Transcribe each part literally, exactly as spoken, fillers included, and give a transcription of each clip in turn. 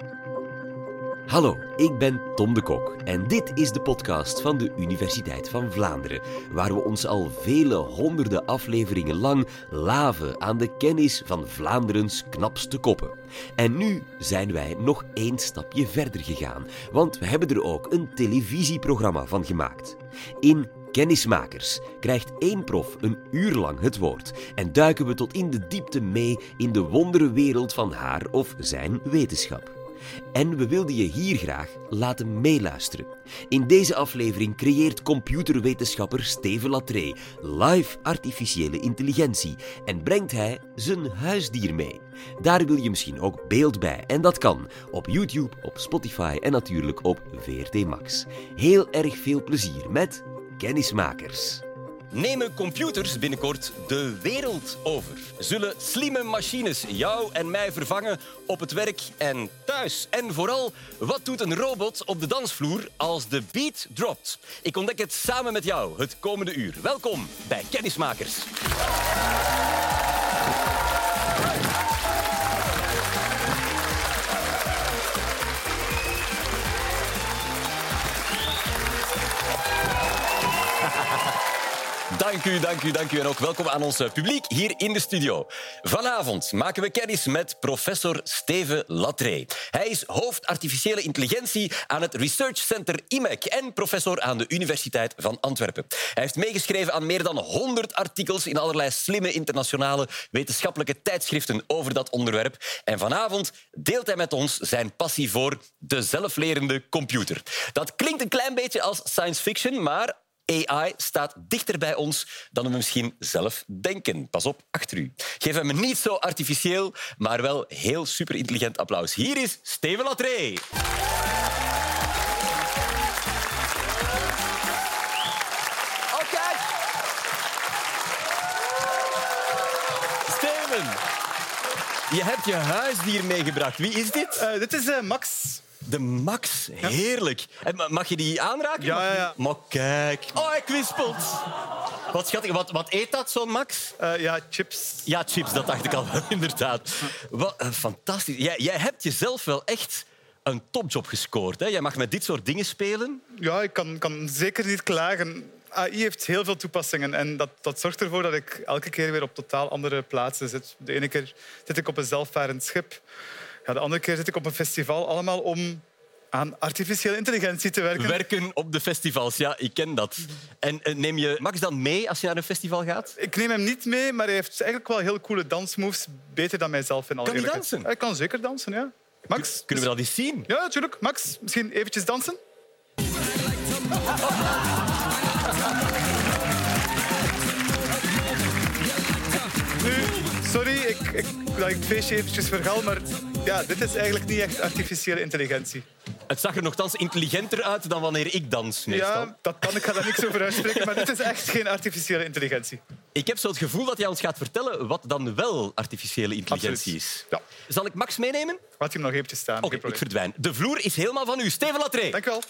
Hallo, ik ben Tom de Kok en dit is de podcast van de Universiteit van Vlaanderen, waar we ons al vele honderden afleveringen lang laven aan de kennis van Vlaanderens knapste koppen. En nu zijn wij nog één stapje verder gegaan, want we hebben er ook een televisieprogramma van gemaakt. In Kennismakers krijgt één prof een uur lang het woord en duiken we tot in de diepte mee in de wonderenwereld van haar of zijn wetenschap. En we wilden je hier graag laten meeluisteren. In deze aflevering creëert computerwetenschapper Steven Lattre live artificiële intelligentie en brengt hij zijn huisdier mee. Daar wil je misschien ook beeld bij en dat kan op YouTube, op Spotify en natuurlijk op V R T Max. Heel erg veel plezier met Kennismakers. Nemen computers binnenkort de wereld over? Zullen slimme machines jou en mij vervangen op het werk en thuis? En vooral, wat doet een robot op de dansvloer als de beat dropt? Ik ontdek het samen met jou het komende uur. Welkom bij Kennismakers. Dank u, dank u, dank u. En ook welkom aan ons publiek hier in de studio. Vanavond maken we kennis met professor Steven Lattre. Hij is hoofd artificiële intelligentie aan het Research Center I M E C en professor aan de Universiteit van Antwerpen. Hij heeft meegeschreven aan meer dan honderd artikels in allerlei slimme internationale wetenschappelijke tijdschriften over dat onderwerp. En vanavond deelt hij met ons zijn passie voor de zelflerende computer. Dat klinkt een klein beetje als science fiction, maar A I staat dichter bij ons dan we misschien zelf denken. Pas op, achter u. Geef hem een niet zo artificieel, maar wel heel superintelligent applaus. Hier is Steven Lattre. Oké. Steven, je hebt je huisdier meegebracht. Wie is dit? Uh, dit is uh, Max. De Max, heerlijk. En mag je die aanraken? Ja, ja, ja. Maar kijk. Oh, hij kwispelt. Wat schattig. Wat, wat eet dat, zo'n Max? Uh, ja, chips. Ja, chips, dat dacht ik al wel, inderdaad. Wat uh, fantastisch. Jij, jij hebt jezelf wel echt een topjob gescoord. Hè? Jij mag met dit soort dingen spelen. Ja, ik kan, kan zeker niet klagen. A I heeft heel veel toepassingen en dat, dat zorgt ervoor dat ik elke keer weer op totaal andere plaatsen zit. De ene keer zit ik op een zelfvarend schip. Ja, de andere keer zit ik op een festival, allemaal om aan artificiële intelligentie te werken. Werken op de festivals, ja, ik ken dat. En neem je Max dan mee als je naar een festival gaat? Ik neem hem niet mee, maar hij heeft eigenlijk wel heel coole dansmoves. Beter dan mijzelf in alle Kan hij eerlijkheid. dansen? Hij kan zeker dansen, ja. Max? Kunnen we dat eens zien? Ja, natuurlijk. Max, misschien eventjes dansen? Nu, sorry, ik, ik, dat ik het feestje eventjes vergal, maar ja, dit is eigenlijk niet echt artificiële intelligentie. Het zag er nogthans intelligenter uit dan wanneer ik dans, meestal. Ja, dat kan. Ik ga daar niks over uitspreken, maar dit is echt geen artificiële intelligentie. Ik heb zo het gevoel dat jij ons gaat vertellen wat dan wel artificiële intelligentie is. Ja. Zal ik Max meenemen? Laat hem nog eventjes staan. Oké, okay, ik verdwijn. De vloer is helemaal van u. Steven Lattre. Dank u wel.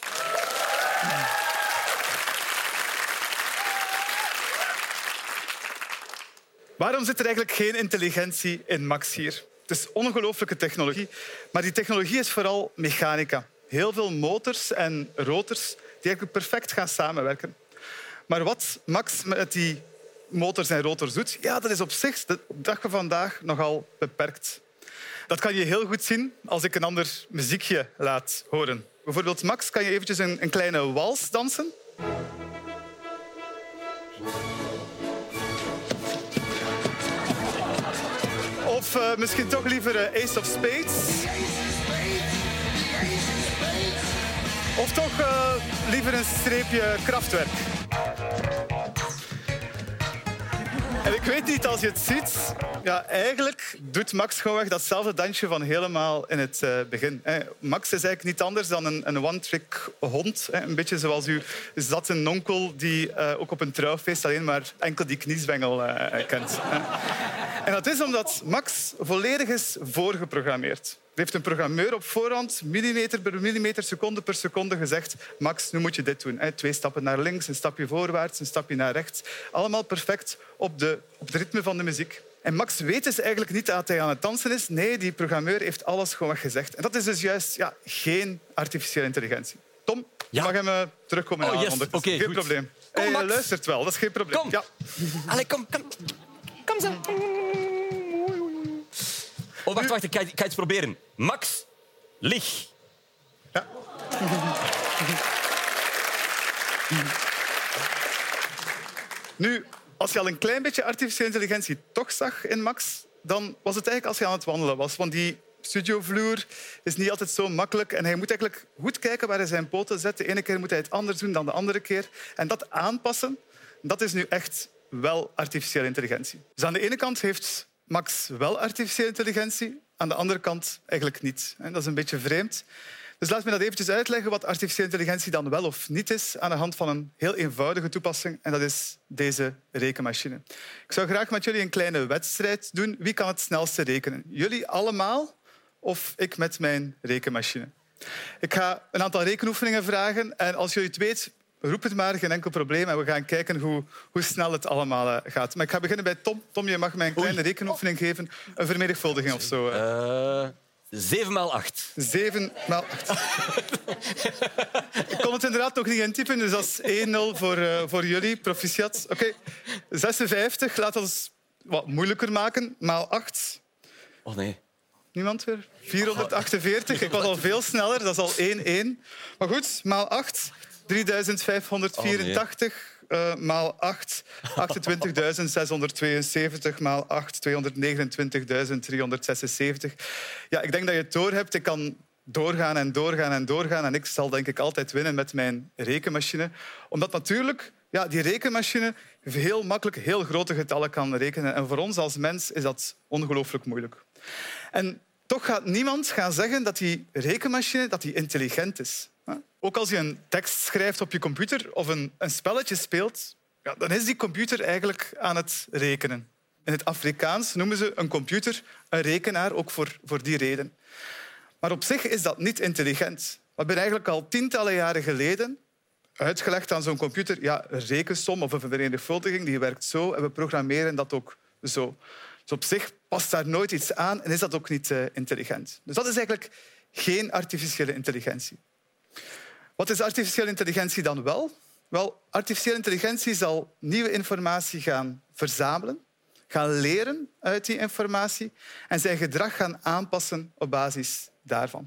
Waarom zit er eigenlijk geen intelligentie in Max hier? Het is ongelooflijke technologie, maar die technologie is vooral mechanica. Heel veel motors en rotors die eigenlijk perfect gaan samenwerken. Maar wat Max met die motors en rotors doet, ja, dat is op zich op de dag van vandaag nogal beperkt. Dat kan je heel goed zien als ik een ander muziekje laat horen. Bijvoorbeeld, Max, kan je eventjes een, een kleine wals dansen? Of uh, misschien toch liever uh, Ace of Spades? Of toch uh, liever een streepje Kraftwerk? En ik weet niet, als je het ziet... Ja, eigenlijk doet Max gewoonweg datzelfde dansje van helemaal in het uh, begin. Max is eigenlijk niet anders dan een, een one-trick hond. Een beetje zoals uw zatte nonkel die uh, ook op een trouwfeest alleen maar enkel die kniezwengel uh, kent. En dat is omdat Max volledig is voorgeprogrammeerd. Er heeft een programmeur op voorhand, millimeter per millimeter, seconde per seconde, gezegd: Max, nu moet je dit doen. Twee stappen naar links, een stapje voorwaarts, een stapje naar rechts. Allemaal perfect op, de, op het ritme van de muziek. En Max weet dus eigenlijk niet dat hij aan het dansen is. Nee, die programmeur heeft alles gewoon gezegd. En dat is dus juist ja, geen artificiële intelligentie. Tom, je Ja. mag hem uh, terugkomen. Oh, halen, yes. ondertussen. Oké, geen goed. probleem. Kom, Hij Max. luistert wel, dat is geen probleem. Kom. Ja. Allee, kom, kom. Kom zo. Oh, wacht, wacht. Ik ga, ik ga iets proberen. Max, lig. Ja. Nu, als je al een klein beetje artificiële intelligentie toch zag in Max, dan was het eigenlijk als hij aan het wandelen was. Want die studiovloer is niet altijd zo makkelijk. En hij moet eigenlijk goed kijken waar hij zijn poten zet. De ene keer moet hij het anders doen dan de andere keer. En dat aanpassen, dat is nu echt wel artificiële intelligentie. Dus aan de ene kant heeft Max wel artificiële intelligentie, aan de andere kant eigenlijk niet. En dat is een beetje vreemd. Dus laat me dat eventjes uitleggen wat artificiële intelligentie dan wel of niet is aan de hand van een heel eenvoudige toepassing. En dat is deze rekenmachine. Ik zou graag met jullie een kleine wedstrijd doen. Wie kan het snelste rekenen? Jullie allemaal of ik met mijn rekenmachine? Ik ga een aantal rekenoefeningen vragen. En als jullie het weet, roep het maar, geen enkel probleem. En we gaan kijken hoe, hoe snel het allemaal uh, gaat. Maar ik ga beginnen bij Tom. Tom, je mag mij een kleine rekenoefening geven. Een vermenigvuldiging of zo. Uh. Uh, zeven maal acht. Zeven maal acht. Ik kon het inderdaad nog niet intypen, dus dat is één nul voor, uh, voor jullie. Proficiat. Oké. Okay. zesenvijftig, laat ons wat moeilijker maken. Maal acht. Oh nee. Niemand weer? vierhonderdachtenveertig. Ik was al veel sneller, dat is al één één. Maar goed, maal acht. drieduizend vijfhonderdvierentachtig. Uh, maal acht, achtentwintigduizend zeshonderdtweeënzeventig, maal acht, tweehonderdnegenentwintigduizend driehonderdzesenzeventig. Ja, ik denk dat je het doorhebt. Ik kan doorgaan en doorgaan en doorgaan. En ik zal denk ik altijd winnen met mijn rekenmachine. Omdat natuurlijk ja, die rekenmachine heel makkelijk heel grote getallen kan rekenen. En voor ons als mens is dat ongelooflijk moeilijk. En toch gaat niemand gaan zeggen dat die rekenmachine dat die intelligent is. Ook als je een tekst schrijft op je computer of een, een spelletje speelt, ja, dan is die computer eigenlijk aan het rekenen. In het Afrikaans noemen ze een computer een rekenaar, ook voor, voor die reden. Maar op zich is dat niet intelligent. We hebben eigenlijk al tientallen jaren geleden uitgelegd aan zo'n computer, ja, een rekensom of een vermenigvuldiging die werkt zo en we programmeren dat ook zo. Dus op zich past daar nooit iets aan en is dat ook niet uh, intelligent. Dus dat is eigenlijk geen artificiële intelligentie. Wat is artificiële intelligentie dan wel? Wel, artificiële intelligentie zal nieuwe informatie gaan verzamelen, gaan leren uit die informatie en zijn gedrag gaan aanpassen op basis daarvan.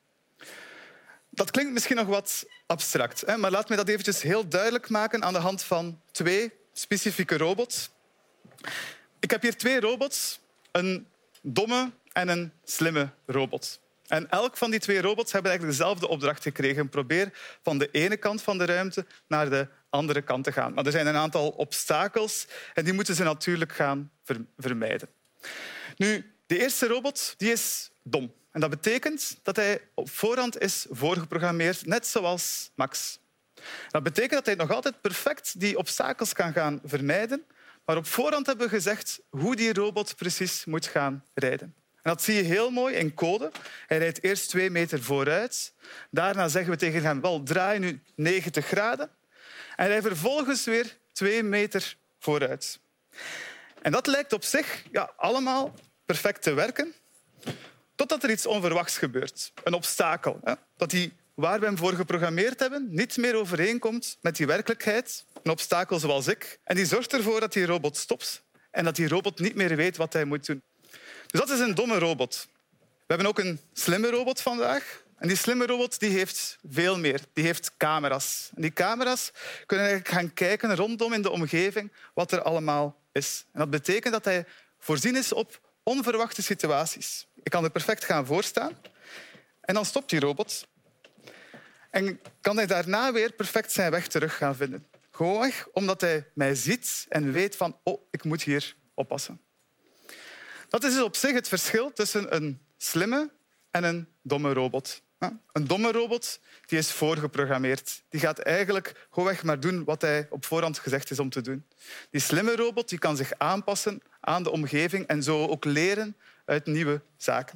Dat klinkt misschien nog wat abstract, hè? Maar laat me dat eventjes heel duidelijk maken aan de hand van twee specifieke robots. Ik heb hier twee robots, een domme en een slimme robot. En elk van die twee robots hebben eigenlijk dezelfde opdracht gekregen. Probeer van de ene kant van de ruimte naar de andere kant te gaan. Maar er zijn een aantal obstakels en die moeten ze natuurlijk gaan vermijden. Nu, de eerste robot die is dom. En dat betekent dat hij op voorhand is voorgeprogrammeerd, net zoals Max. Dat betekent dat hij nog altijd perfect die obstakels kan gaan vermijden. Maar op voorhand hebben we gezegd hoe die robot precies moet gaan rijden. En dat zie je heel mooi in code. Hij rijdt eerst twee meter vooruit. Daarna zeggen we tegen hem, wel, draai nu negentig graden. En hij vervolgens weer twee meter vooruit. En dat lijkt op zich ja, allemaal perfect te werken, totdat er iets onverwachts gebeurt. Een obstakel. Hè? Dat die, waar we hem voor geprogrammeerd hebben, niet meer overeenkomt met die werkelijkheid. Een obstakel zoals ik. En die zorgt ervoor dat die robot stopt en dat die robot niet meer weet wat hij moet doen. Dus dat is een domme robot. We hebben ook een slimme robot vandaag. En die slimme robot die heeft veel meer. Die heeft camera's. En die camera's kunnen eigenlijk gaan kijken rondom in de omgeving wat er allemaal is. En dat betekent dat hij voorzien is op onverwachte situaties. Ik kan er perfect gaan voorstaan. En dan stopt die robot. En kan hij daarna weer perfect zijn weg terug gaan vinden. Gewoon omdat hij mij ziet en weet van, oh, ik moet hier oppassen. Dat is dus op zich het verschil tussen een slimme en een domme robot. Een domme robot die is voorgeprogrammeerd. Die gaat eigenlijk gewoonweg maar doen wat hij op voorhand gezegd is om te doen. Die slimme robot die kan zich aanpassen aan de omgeving en zo ook leren uit nieuwe zaken.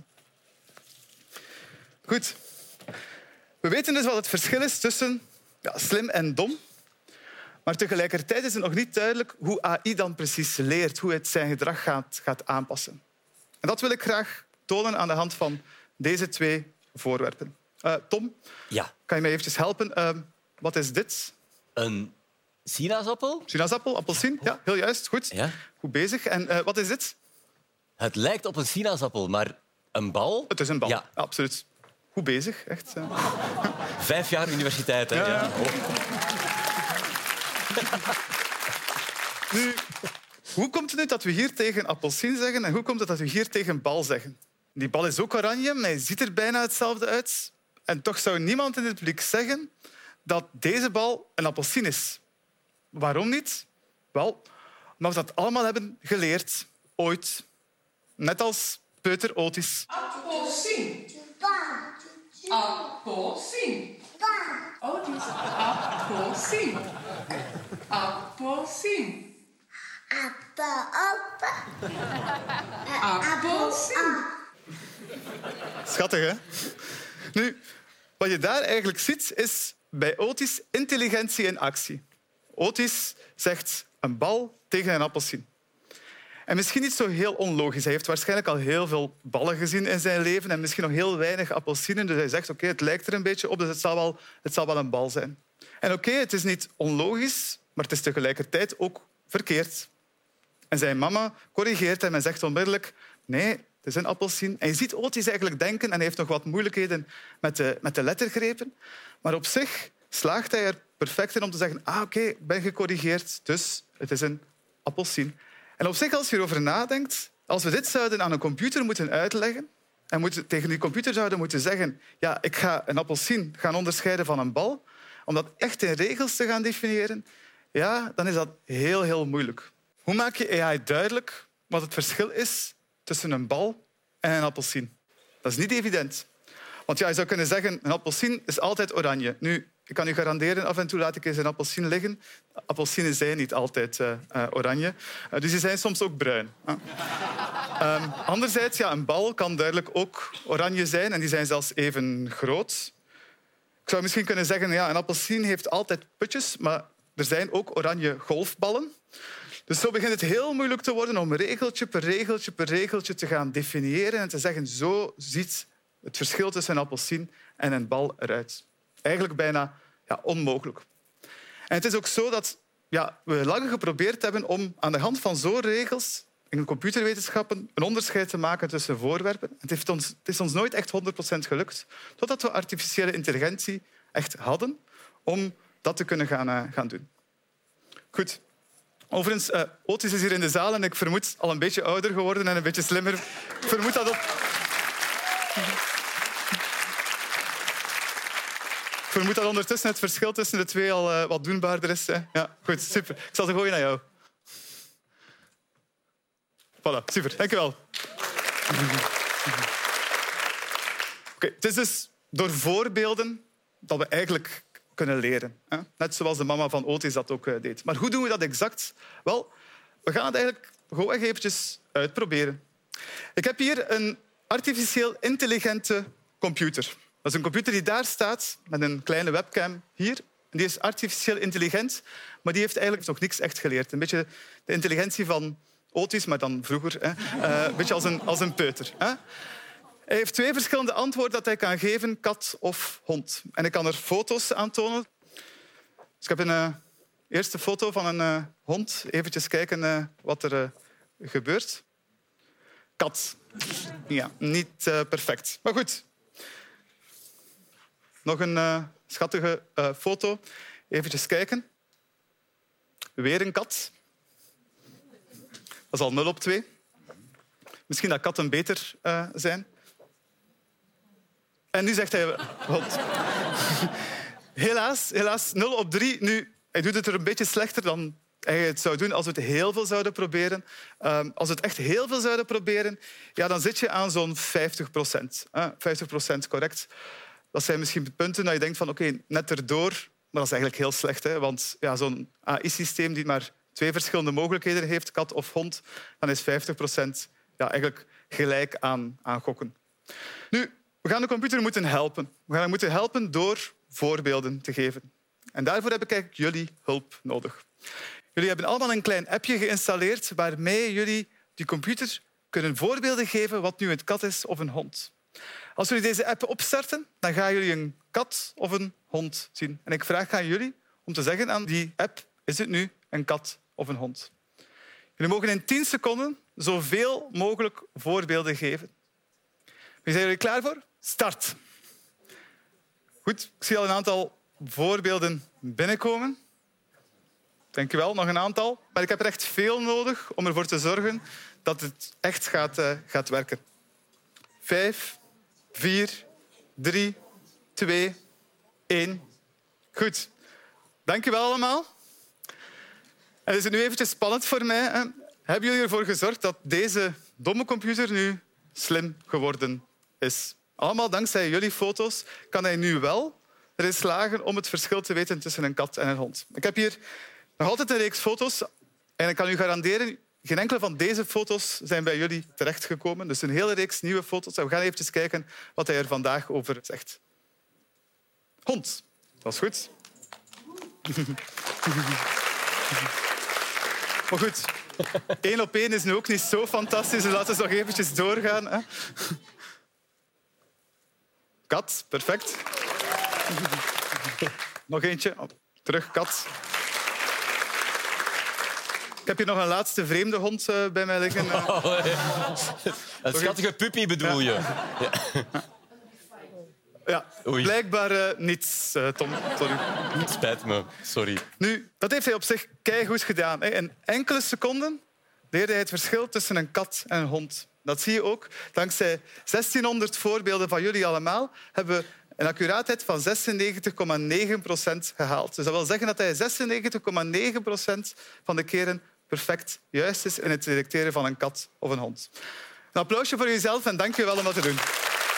Goed. We weten dus wat het verschil is tussen ja, slim en dom. Maar tegelijkertijd is het nog niet duidelijk hoe A I dan precies leert, hoe het zijn gedrag gaat, gaat aanpassen. En dat wil ik graag tonen aan de hand van deze twee voorwerpen. Uh, Tom, Ja. kan je mij eventjes helpen? Uh, wat is dit? Een sinaasappel? Sinaasappel, appelsien? Ja, heel juist. Goed, Ja. goed bezig. En uh, wat is dit? Het lijkt op een sinaasappel, maar een bal? Het is een bal, Ja. absoluut. Goed bezig, echt. Uh. Vijf jaar universiteit, hè? Ja. Ja. Oh. Nu, hoe komt het nu dat we hier tegen appelsien zeggen en hoe komt het dat we hier tegen bal zeggen? Die bal is ook oranje, maar hij ziet er bijna hetzelfde uit. En toch zou niemand in het publiek zeggen dat deze bal een appelsien is. Waarom niet? Wel, omdat we dat allemaal hebben geleerd, ooit. Net als Peuter Otis. Appelsien. Appelsien. Oh, die is appelsien. Appelsien. Appelsien. Schattig, hè? Nu, wat je daar eigenlijk ziet, is bij Otis intelligentie in actie. Otis zegt een bal tegen een appelsien. En misschien niet zo heel onlogisch. Hij heeft waarschijnlijk al heel veel ballen gezien in zijn leven en misschien nog heel weinig appelsinen. Dus hij zegt, oké, okay, het lijkt er een beetje op, dus het zal wel, het zal wel een bal zijn. En oké, okay, het is niet onlogisch, maar het is tegelijkertijd ook verkeerd. En zijn mama corrigeert hem en zegt onmiddellijk, nee, het is een appelsien. En je ziet Otis eigenlijk denken, en hij heeft nog wat moeilijkheden met de, met de lettergrepen, maar op zich slaagt hij er perfect in om te zeggen, ah, oké, okay, ik ben gecorrigeerd, dus het is een appelsien. En op zich, als je erover nadenkt, als we dit zouden aan een computer moeten uitleggen en moeten, tegen die computer zouden moeten zeggen, ja, ik ga een appelsien gaan onderscheiden van een bal, om dat echt in regels te gaan definiëren, ja, dan is dat heel, heel moeilijk. Hoe maak je A I duidelijk wat het verschil is tussen een bal en een appelsien? Dat is niet evident. Want ja, je zou kunnen zeggen, een appelsien is altijd oranje. Nu, ik kan u garanderen, af en toe laat ik eens een appelsien liggen. Appelsinen zijn niet altijd uh, uh, oranje. Uh, dus die zijn soms ook bruin. Uh. Um, anderzijds, ja, een bal kan duidelijk ook oranje zijn. En die zijn zelfs even groot. Ik zou misschien kunnen zeggen, ja, een appelsien heeft altijd putjes, maar er zijn ook oranje golfballen. Dus zo begint het heel moeilijk te worden om regeltje per regeltje per regeltje te gaan definiëren en te zeggen, zo ziet het verschil tussen een appelsien en een bal eruit. Eigenlijk bijna ja, onmogelijk. En het is ook zo dat ja, we lang geprobeerd hebben om aan de hand van zo'n regels in computerwetenschappen een onderscheid te maken tussen voorwerpen. Het, heeft ons, het is ons nooit echt honderd procent gelukt, totdat we artificiële intelligentie echt hadden om dat te kunnen gaan, uh, gaan doen. Goed. Overigens, uh, Otis is hier in de zaal en ik vermoed al een beetje ouder geworden en een beetje slimmer. Ik vermoed dat op... Ik vermoed dat ondertussen het verschil tussen de twee al uh, wat doenbaarder is. Hè? Ja, goed, super. Ik zal ze gooien naar jou. Voilà, super. Dank je wel. Okay, het is dus door voorbeelden dat we eigenlijk kunnen leren. Hè? Net zoals de mama van Otis dat ook uh, deed. Maar hoe doen we dat exact? Wel, we gaan het eigenlijk gewoon eventjes uitproberen. Ik heb hier een artificieel intelligente computer. Dat is een computer die daar staat met een kleine webcam hier. En die is artificieel intelligent, maar die heeft eigenlijk nog niks echt geleerd. Een beetje de intelligentie van Otis, maar dan vroeger. Hè? Uh, een beetje als een, als een peuter. Hè? Hij heeft twee verschillende antwoorden dat hij kan geven, kat of hond. En ik kan er foto's aan tonen. Dus ik heb een uh, eerste foto van een uh, hond. Even kijken uh, wat er uh, gebeurt. Kat. Ja, niet uh, perfect. Maar goed. Nog een uh, schattige uh, foto. Even kijken. Weer een kat. Dat is al nul op twee. Misschien dat katten beter uh, zijn. En nu zegt hij hond. Helaas, helaas, nul op drie. Nu, hij doet het er een beetje slechter dan hij het zou doen als we het heel veel zouden proberen. Um, als we het echt heel veel zouden proberen, ja, dan zit je aan zo'n vijftig procent. Uh, vijftig procent correct. Dat zijn misschien punten dat je denkt van oké, okay, net erdoor. Maar dat is eigenlijk heel slecht. Hè? Want ja, zo'n A I-systeem die maar twee verschillende mogelijkheden heeft, kat of hond, dan is vijftig procent ja, eigenlijk gelijk aan, aan gokken. Nu, we gaan de computer moeten helpen. We gaan hem moeten helpen door voorbeelden te geven. En daarvoor heb ik eigenlijk jullie hulp nodig. Jullie hebben allemaal een klein appje geïnstalleerd waarmee jullie die computer kunnen voorbeelden geven wat nu een kat is of een hond. Als jullie deze app opstarten, dan gaan jullie een kat of een hond zien. En ik vraag aan jullie om te zeggen aan die app, is het nu een kat of een hond? Jullie mogen in tien seconden zoveel mogelijk voorbeelden geven. Zijn jullie klaar voor? Start. Goed, ik zie al een aantal voorbeelden binnenkomen. Dank je wel, nog een aantal. Maar ik heb er echt veel nodig om ervoor te zorgen dat het echt gaat, uh, gaat werken. Vijf, vier, drie, twee, één. Goed. Dank je wel allemaal. En is het nu eventjes spannend voor mij. Hè? Hebben jullie ervoor gezorgd dat deze domme computer nu slim geworden is? Allemaal dankzij jullie foto's kan hij nu wel erin slagen om het verschil te weten tussen een kat en een hond. Ik heb hier nog altijd een reeks foto's en ik kan u garanderen, geen enkele van deze foto's zijn bij jullie terechtgekomen. Dus een hele reeks nieuwe foto's. En we gaan even kijken wat hij er vandaag over zegt. Hond. Dat is goed. Maar goed, één op één is nu ook niet zo fantastisch. Dus laten we nog eventjes doorgaan. Hè. Kat, perfect. Nog eentje. Oh, terug, kat. Ik heb hier nog een laatste vreemde hond uh, bij mij liggen. Uh. Oh, een schattige puppy bedoel je? Ja, ja. ja. blijkbaar uh, niets, uh, Tom. Sorry. Spijt me, sorry. Nu, dat heeft hij op zich keigoed gedaan. Hè. In enkele seconden leerde hij het verschil tussen een kat en een hond. Dat zie je ook. Dankzij zestienhonderd voorbeelden van jullie allemaal hebben we een accuraatheid van zesennegentig komma negen procent gehaald. Dus dat wil zeggen dat hij zesennegentig komma negen procent van de keren perfect juist is in het detecteren van een kat of een hond. Een applausje voor jezelf en dank je wel om dat te doen.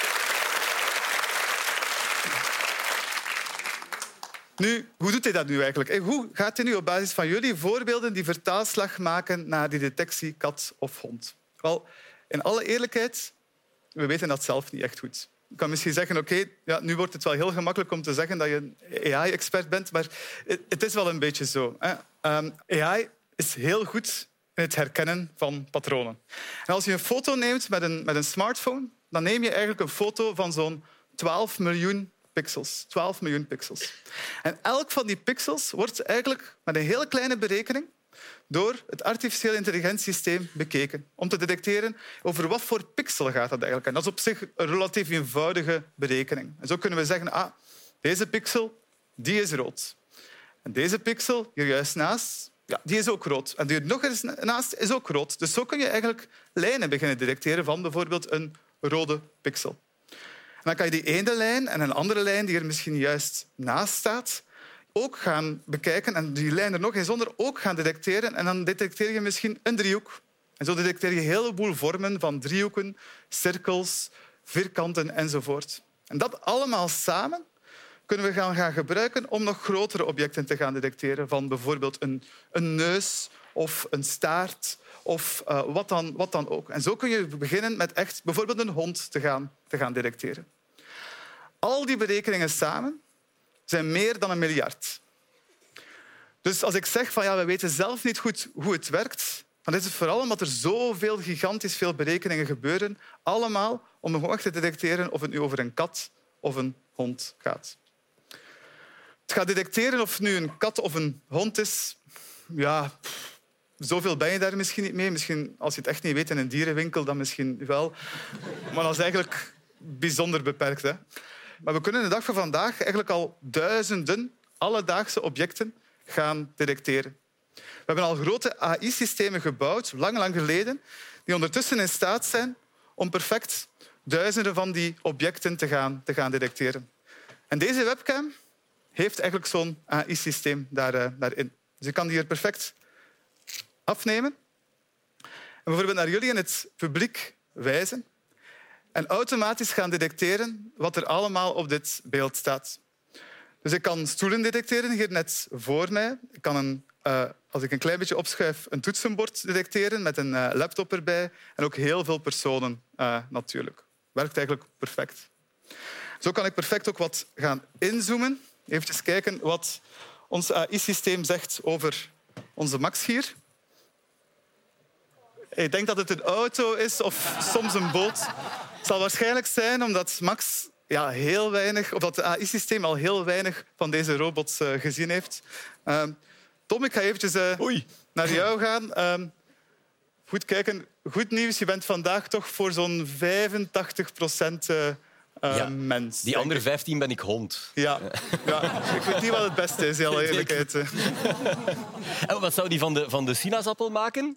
Nu, hoe doet hij dat nu eigenlijk? Hoe gaat hij nu op basis van jullie voorbeelden die vertaalslag maken naar die detectie kat of hond? Wel, in alle eerlijkheid, we weten dat zelf niet echt goed. Je kan misschien zeggen, oké, okay, ja, nu wordt het wel heel gemakkelijk om te zeggen dat je een A I-expert bent, maar het is wel een beetje zo. Hè. Um, A I is heel goed in het herkennen van patronen. En als je een foto neemt met een, met een smartphone, dan neem je eigenlijk een foto van zo'n twaalf miljoen pixels. twaalf miljoen pixels. En elk van die pixels wordt eigenlijk met een hele kleine berekening door het artificiële intelligentiesysteem bekeken om te detecteren over wat voor pixel gaat dat eigenlijk. En dat is op zich een relatief eenvoudige berekening. En zo kunnen we zeggen, ah, deze pixel die is rood. En deze pixel hier juist naast, ja, die is ook rood. En die er nog eens naast is ook rood. Dus zo kun je eigenlijk lijnen beginnen detecteren van bijvoorbeeld een rode pixel. En dan kan je die ene lijn en een andere lijn die er misschien juist naast staat ook gaan bekijken en die lijn er nog eens onder ook gaan detecteren. En dan detecteer je misschien een driehoek. En zo detecteer je een heleboel vormen van driehoeken, cirkels, vierkanten enzovoort. En dat allemaal samen kunnen we gaan, gaan gebruiken om nog grotere objecten te gaan detecteren, van bijvoorbeeld een, een neus of een staart of uh, wat, dan, wat dan ook. En zo kun je beginnen met echt bijvoorbeeld een hond te gaan, te gaan detecteren. Al die berekeningen samen zijn meer dan een miljard. Dus als ik zeg van ja, we weten zelf niet goed hoe het werkt, dan is het vooral omdat er zoveel gigantisch veel berekeningen gebeuren, allemaal om gewoon echt te detecteren of het nu over een kat of een hond gaat. Het gaat detecteren of het nu een kat of een hond is, ja, pff, zoveel ben je daar misschien niet mee. Misschien als je het echt niet weet in een dierenwinkel, dan misschien wel. Maar dat is eigenlijk bijzonder beperkt, hè? Maar we kunnen de dag van vandaag eigenlijk al duizenden alledaagse objecten gaan detecteren. We hebben al grote A I-systemen gebouwd, lang, lang geleden, die ondertussen in staat zijn om perfect duizenden van die objecten te gaan, te gaan detecteren. En deze webcam heeft eigenlijk zo'n A I-systeem daar, uh, daarin. Dus je kan die hier perfect afnemen en bijvoorbeeld naar jullie in het publiek wijzen en automatisch gaan detecteren wat er allemaal op dit beeld staat. Dus ik kan stoelen detecteren, hier net voor mij. Ik kan, een, uh, als ik een klein beetje opschuif, een toetsenbord detecteren met een uh, laptop erbij. En ook heel veel personen uh, natuurlijk. Werkt eigenlijk perfect. Zo kan ik perfect ook wat gaan inzoomen. Even kijken wat ons A I-systeem zegt over onze Max hier. Ik denk dat het een auto is of soms een boot. Het zal waarschijnlijk zijn omdat Max ja, heel weinig, of dat het A I-systeem al heel weinig van deze robots uh, gezien heeft. Uh, Tom, ik ga eventjes uh, naar jou gaan. Uh, goed kijken. Goed nieuws, je bent vandaag toch voor zo'n vijfentachtig procent uh, uh, ja, mens. Die andere vijftien ben ik hond. Ja. ja, ik weet niet wat het beste is, in alle eerlijkheid. En wat zou die van de, van de sinaasappel maken?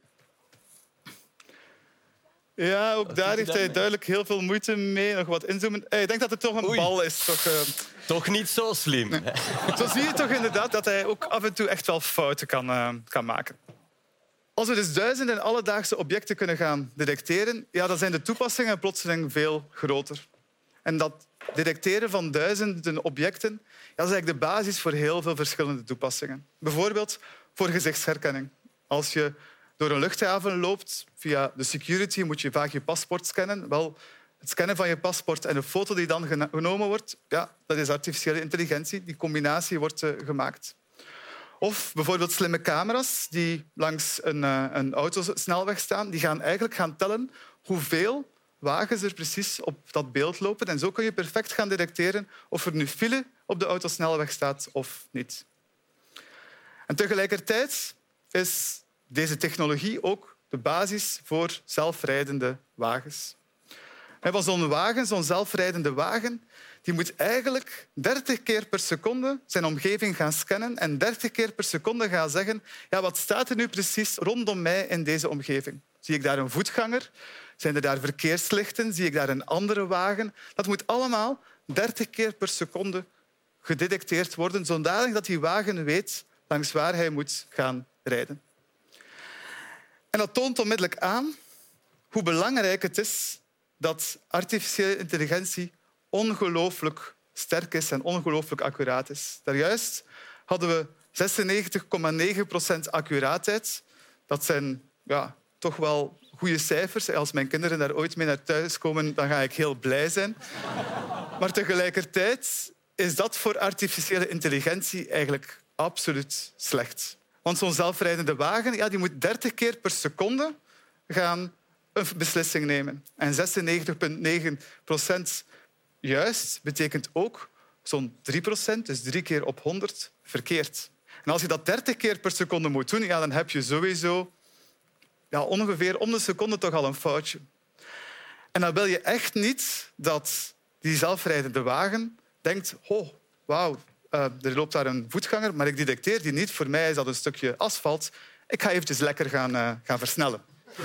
Ja, ook daar heeft hij duidelijk heel veel moeite mee. Nog wat inzoomen. Ik denk dat het toch een Oei. bal is. Toch, uh... toch niet zo slim. Nee. Zo zie je toch inderdaad dat hij ook af en toe echt wel fouten kan, uh, kan maken. Als we dus duizenden alledaagse objecten kunnen gaan detecteren, ja, dan zijn de toepassingen plotseling veel groter. En dat detecteren van duizenden objecten, ja, dat is eigenlijk de basis voor heel veel verschillende toepassingen. Bijvoorbeeld voor gezichtsherkenning. Als je door een luchthaven loopt, via de security moet je vaak je paspoort scannen. Wel, het scannen van je paspoort en de foto die dan genomen wordt, ja, dat is artificiële intelligentie. Die combinatie wordt uh, gemaakt. Of bijvoorbeeld slimme camera's die langs een, uh, een autosnelweg staan. Die gaan eigenlijk gaan tellen hoeveel wagens er precies op dat beeld lopen. En zo kun je perfect gaan detecteren of er nu file op de autosnelweg staat of niet. En tegelijkertijd is deze technologie ook de basis voor zelfrijdende wagens. Van zo'n wagen, zo'n zelfrijdende wagen, die moet eigenlijk dertig keer per seconde zijn omgeving gaan scannen en dertig keer per seconde gaan zeggen ja, wat staat er nu precies rondom mij in deze omgeving? Zie ik daar een voetganger? Zijn er daar verkeerslichten? Zie ik daar een andere wagen? Dat moet allemaal dertig keer per seconde gedetecteerd worden, zodanig dat die wagen weet langs waar hij moet gaan rijden. En dat toont onmiddellijk aan hoe belangrijk het is dat artificiële intelligentie ongelooflijk sterk is en ongelooflijk accuraat is. Daarjuist hadden we zesennegentig komma negen procent accuraatheid. Dat zijn ja, toch wel goede cijfers. Als mijn kinderen daar ooit mee naar thuis komen, dan ga ik heel blij zijn. Maar tegelijkertijd is dat voor artificiële intelligentie eigenlijk absoluut slecht. Want zo'n zelfrijdende wagen ja, die moet dertig keer per seconde gaan een beslissing nemen. En zesennegentig komma negen procent juist betekent ook zo'n drie procent, dus drie keer op honderd, verkeerd. En als je dat dertig keer per seconde moet doen, ja, dan heb je sowieso ja, ongeveer om de seconde toch al een foutje. En dan wil je echt niet dat die zelfrijdende wagen denkt oh, wauw, uh, er loopt daar een voetganger, maar ik detecteer die niet. Voor mij is dat een stukje asfalt. Ik ga eventjes lekker gaan, uh, gaan versnellen.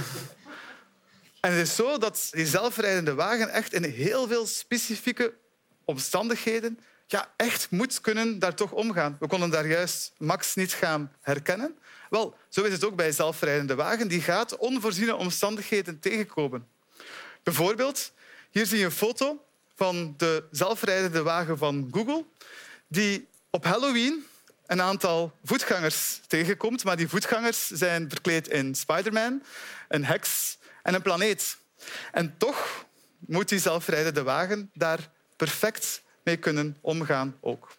En het is zo dat die zelfrijdende wagen echt in heel veel specifieke omstandigheden ja, echt moet kunnen daar toch omgaan. We konden daar juist Max niet gaan herkennen. Wel, zo is het ook bij zelfrijdende wagen. Die gaat onvoorziene omstandigheden tegenkomen. Bijvoorbeeld, hier zie je een foto van de zelfrijdende wagen van Google, die op Halloween een aantal voetgangers tegenkomt. Maar die voetgangers zijn verkleed in Spider-Man, een heks en een planeet. En toch moet die zelfrijdende wagen daar perfect mee kunnen omgaan ook.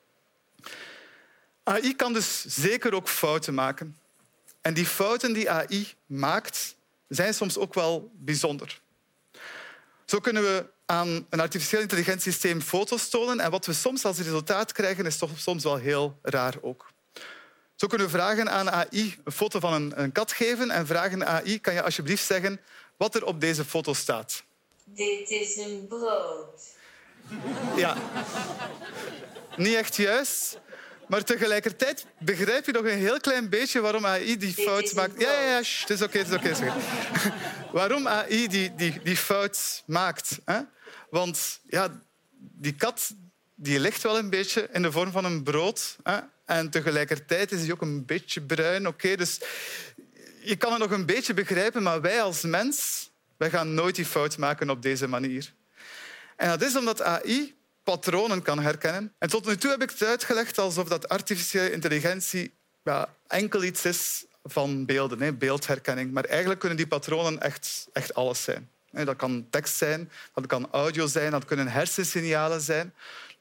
A I kan dus zeker ook fouten maken. En die fouten die A I maakt, zijn soms ook wel bijzonder. Zo kunnen we aan een artificieel intelligentiesysteem foto's tonen en wat we soms als resultaat krijgen is toch soms wel heel raar ook. Zo kunnen we vragen aan A I een foto van een, een kat geven en vragen A I, kan je alsjeblieft zeggen wat er op deze foto staat? Dit is een brood. Ja, niet echt juist. Maar tegelijkertijd begrijp je nog een heel klein beetje waarom A I die fout maakt. Ja, ja, ja, shh, het is oké, het is oké. Okay, waarom A I die, die, die fout maakt. Hè? Want ja, die kat die ligt wel een beetje in de vorm van een brood. Hè? En tegelijkertijd is hij ook een beetje bruin. Oké, okay, dus je kan het nog een beetje begrijpen, maar wij als mens wij gaan nooit die fout maken op deze manier. En dat is omdat A I patronen kan herkennen. En tot nu toe heb ik het uitgelegd alsof dat artificiële intelligentie ja, enkel iets is van beelden, hè, beeldherkenning. Maar eigenlijk kunnen die patronen echt, echt alles zijn. Dat kan tekst zijn, dat kan audio zijn, dat kunnen hersensignalen zijn.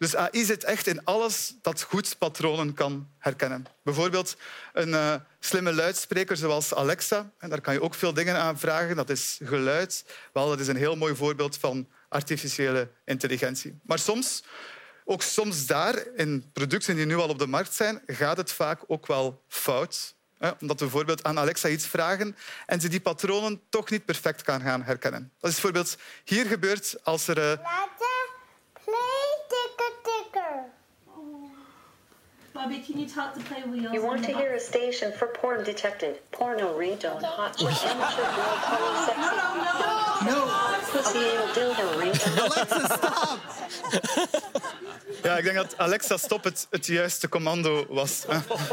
Dus A I zit echt in alles dat goed patronen kan herkennen. Bijvoorbeeld een uh, slimme luidspreker zoals Alexa. En daar kan je ook veel dingen aan vragen. Dat is geluid. Wel, dat is een heel mooi voorbeeld van artificiële intelligentie. Maar soms, ook soms daar, in producten die nu al op de markt zijn, gaat het vaak ook wel fout. Omdat we bijvoorbeeld aan Alexa iets vragen en ze die patronen toch niet perfect kan gaan herkennen. Dat is bijvoorbeeld hier gebeurd als er... Uh... Play ticker ticker. Bobby, can you talk the play wheels? You want to hear a station for porn detected. Porno ringtone hot for amateur girl calling sexy. No, no, no. No. Pussy anal dildo ringtone. Alexa, stop! Ja, ik denk dat Alexa stop het, het juiste commando was.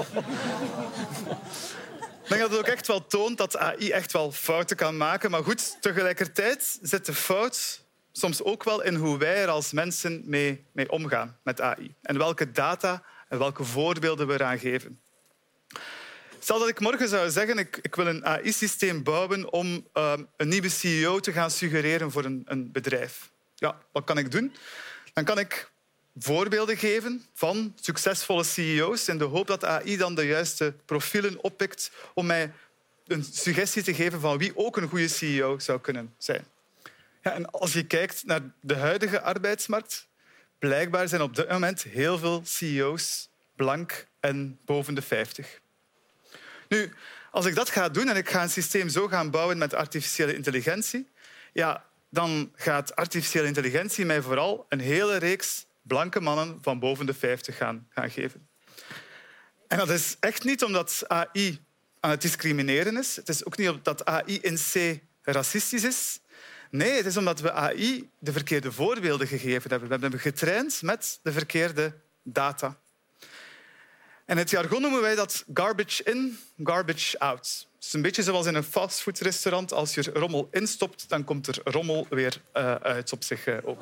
Ik denk dat het ook echt wel toont dat A I echt wel fouten kan maken. Maar goed, tegelijkertijd zit de fout soms ook wel in hoe wij er als mensen mee, mee omgaan met A I. En welke data en welke voorbeelden we eraan geven. Stel dat ik morgen zou zeggen, ik, ik wil een A I-systeem bouwen om uh, een nieuwe C E O te gaan suggereren voor een, een bedrijf. Ja, wat kan ik doen? Dan kan ik voorbeelden geven van succesvolle C E O's in de hoop dat A I dan de juiste profielen oppikt om mij een suggestie te geven van wie ook een goede C E O zou kunnen zijn. Ja, en als je kijkt naar de huidige arbeidsmarkt, blijkbaar zijn op dit moment heel veel C E O's blank en boven de vijftig. Nu, als ik dat ga doen en ik ga een systeem zo gaan bouwen met artificiële intelligentie, ja, dan gaat artificiële intelligentie mij vooral een hele reeks blanke mannen van boven de vijftig gaan, gaan geven. En dat is echt niet omdat A I aan het discrimineren is. Het is ook niet omdat A I in C racistisch is. Nee, het is omdat we A I de verkeerde voorbeelden gegeven hebben. We hebben hem getraind met de verkeerde data. En in het jargon noemen wij dat garbage in, garbage out. Het is een beetje zoals in een fastfoodrestaurant. Als je er rommel instopt, dan komt er rommel weer uh, uit op zich uh, ook.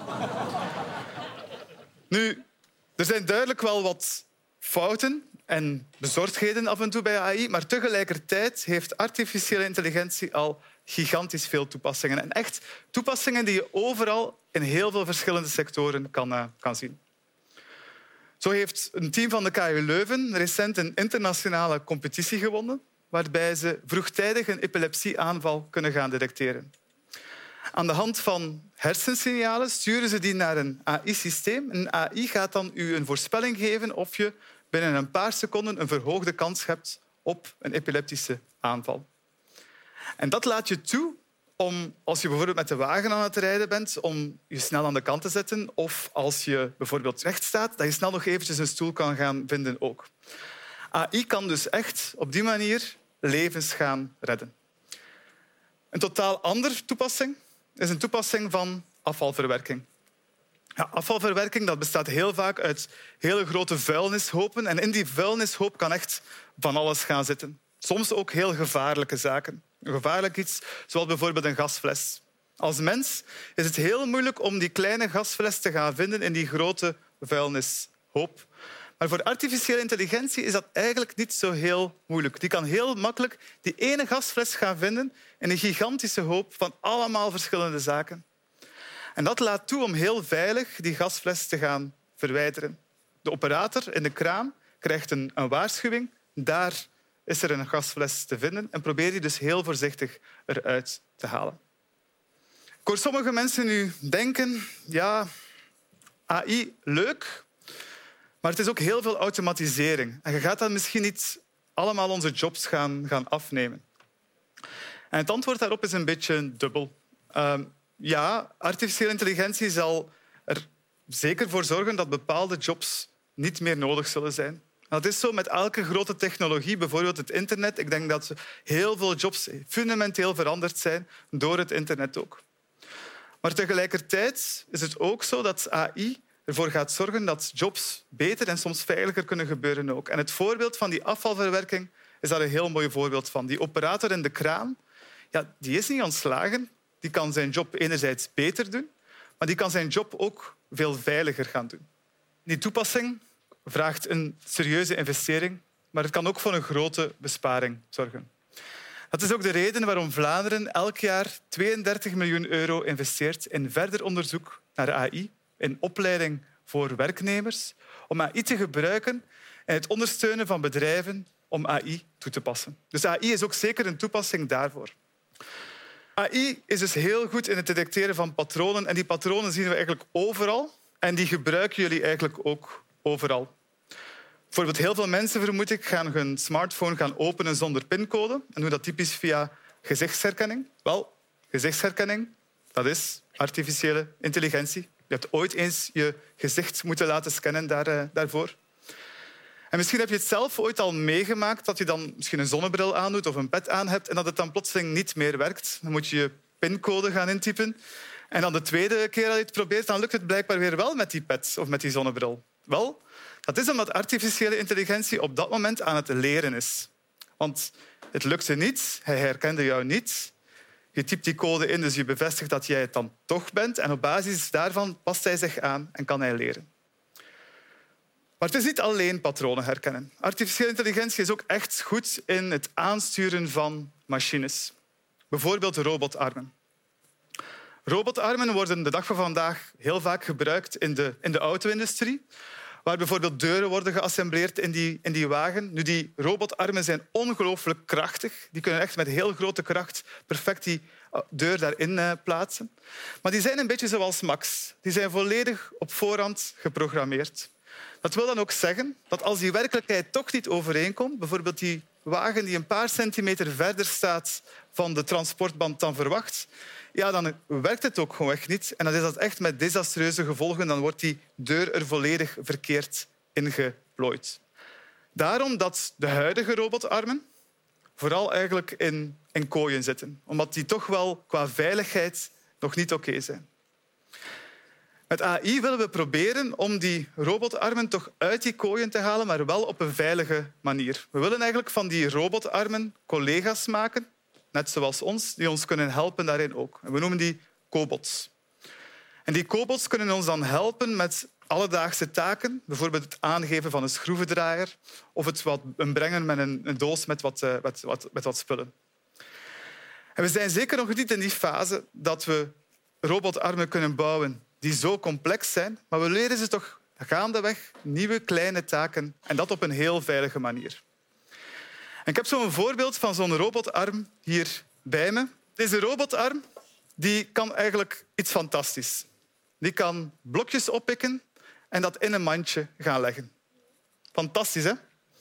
Nu, er zijn duidelijk wel wat fouten en bezorgdheden af en toe bij A I, maar tegelijkertijd heeft artificiële intelligentie al gigantisch veel toepassingen. En echt toepassingen die je overal in heel veel verschillende sectoren kan, uh, kan zien. Zo heeft een team van de K U Leuven recent een internationale competitie gewonnen waarbij ze vroegtijdig een epilepsieaanval kunnen gaan detecteren. Aan de hand van hersensignalen sturen ze die naar een A I-systeem. Een A I gaat dan u een voorspelling geven of je binnen een paar seconden een verhoogde kans hebt op een epileptische aanval. En dat laat je toe om, als je bijvoorbeeld met de wagen aan het rijden bent, om je snel aan de kant te zetten. Of als je bijvoorbeeld recht staat, dat je snel nog eventjes een stoel kan gaan vinden ook. A I kan dus echt op die manier levens gaan redden. Een totaal andere toepassing is een toepassing van afvalverwerking. Ja, afvalverwerking dat bestaat heel vaak uit hele grote vuilnishopen. En in die vuilnishoop kan echt van alles gaan zitten. Soms ook heel gevaarlijke zaken. Een gevaarlijk iets, zoals bijvoorbeeld een gasfles. Als mens is het heel moeilijk om die kleine gasfles te gaan vinden in die grote vuilnishoop. Maar voor artificiële intelligentie is dat eigenlijk niet zo heel moeilijk. Die kan heel makkelijk die ene gasfles gaan vinden in een gigantische hoop van allemaal verschillende zaken. En dat laat toe om heel veilig die gasfles te gaan verwijderen. De operator in de kraan krijgt een, een waarschuwing. Daar is er een gasfles te vinden en probeert die dus heel voorzichtig eruit te halen. Ik hoor sommige mensen nu denken, ja, A I, leuk, maar het is ook heel veel automatisering. En je gaat dan misschien niet allemaal onze jobs gaan, gaan afnemen. En het antwoord daarop is een beetje dubbel. Uh, ja, artificiële intelligentie zal er zeker voor zorgen dat bepaalde jobs niet meer nodig zullen zijn. Dat is zo met elke grote technologie, bijvoorbeeld het internet. Ik denk dat heel veel jobs fundamenteel veranderd zijn door het internet ook. Maar tegelijkertijd is het ook zo dat A I ervoor gaat zorgen dat jobs beter en soms veiliger kunnen gebeuren ook. En het voorbeeld van die afvalverwerking is daar een heel mooi voorbeeld van. Die operator in de kraan, ja, die is niet ontslagen. Die kan zijn job enerzijds beter doen, maar die kan zijn job ook veel veiliger gaan doen. Die toepassing vraagt een serieuze investering, maar het kan ook voor een grote besparing zorgen. Dat is ook de reden waarom Vlaanderen elk jaar tweeëndertig miljoen euro investeert in verder onderzoek naar A I, in opleiding voor werknemers om A I te gebruiken en het ondersteunen van bedrijven om A I toe te passen. Dus A I is ook zeker een toepassing daarvoor. A I is dus heel goed in het detecteren van patronen en die patronen zien we eigenlijk overal en die gebruiken jullie eigenlijk ook overal. Bijvoorbeeld heel veel mensen, vermoed ik, gaan hun smartphone gaan openen zonder pincode en doen dat typisch via gezichtsherkenning. Wel, gezichtsherkenning, dat is artificiële intelligentie. Je hebt ooit eens je gezicht moeten laten scannen daar, uh, daarvoor. En misschien heb je het zelf ooit al meegemaakt dat je dan misschien een zonnebril aandoet of een pet aan hebt en dat het dan plotseling niet meer werkt. Dan moet je je pincode gaan intypen. En dan de tweede keer dat je het probeert, dan lukt het blijkbaar weer wel met die pet of met die zonnebril. Wel, dat is omdat artificiële intelligentie op dat moment aan het leren is. Want het lukte niet, hij herkende jou niet. Je typt die code in, dus je bevestigt dat jij het dan toch bent. En op basis daarvan past hij zich aan en kan hij leren. Maar het is niet alleen patronen herkennen. Artificiële intelligentie is ook echt goed in het aansturen van machines. Bijvoorbeeld robotarmen. Robotarmen worden de dag van vandaag heel vaak gebruikt in de, in de auto-industrie, waar bijvoorbeeld deuren worden geassembleerd in die, in die wagen. Nu, die robotarmen zijn ongelooflijk krachtig. Die kunnen echt met heel grote kracht perfect die deur daarin uh, plaatsen. Maar die zijn een beetje zoals Max. Die zijn volledig op voorhand geprogrammeerd. Dat wil dan ook zeggen dat als die werkelijkheid toch niet overeenkomt, bijvoorbeeld die wagen die een paar centimeter verder staat van de transportband dan verwacht, ja, dan werkt het ook gewoon echt niet. En dan is dat echt met desastreuze gevolgen. Dan wordt die deur er volledig verkeerd ingeplooid. Daarom dat de huidige robotarmen vooral eigenlijk in, in kooien zitten. Omdat die toch wel qua veiligheid nog niet oké okay zijn. Met A I willen we proberen om die robotarmen toch uit die kooien te halen, maar wel op een veilige manier. We willen eigenlijk van die robotarmen collega's maken, net zoals ons, die ons kunnen helpen daarin ook. En we noemen die cobots. En die cobots kunnen ons dan helpen met alledaagse taken, bijvoorbeeld het aangeven van een schroevendraaier of het wat brengen met een, een doos met wat, uh, met, wat, met wat spullen. En we zijn zeker nog niet in die fase dat we robotarmen kunnen bouwen die zo complex zijn, maar we leren ze toch gaandeweg nieuwe kleine taken en dat op een heel veilige manier. En ik heb zo'n voorbeeld van zo'n robotarm hier bij me. Deze robotarm die kan eigenlijk iets fantastisch. Die kan blokjes oppikken en dat in een mandje gaan leggen. Fantastisch, hè?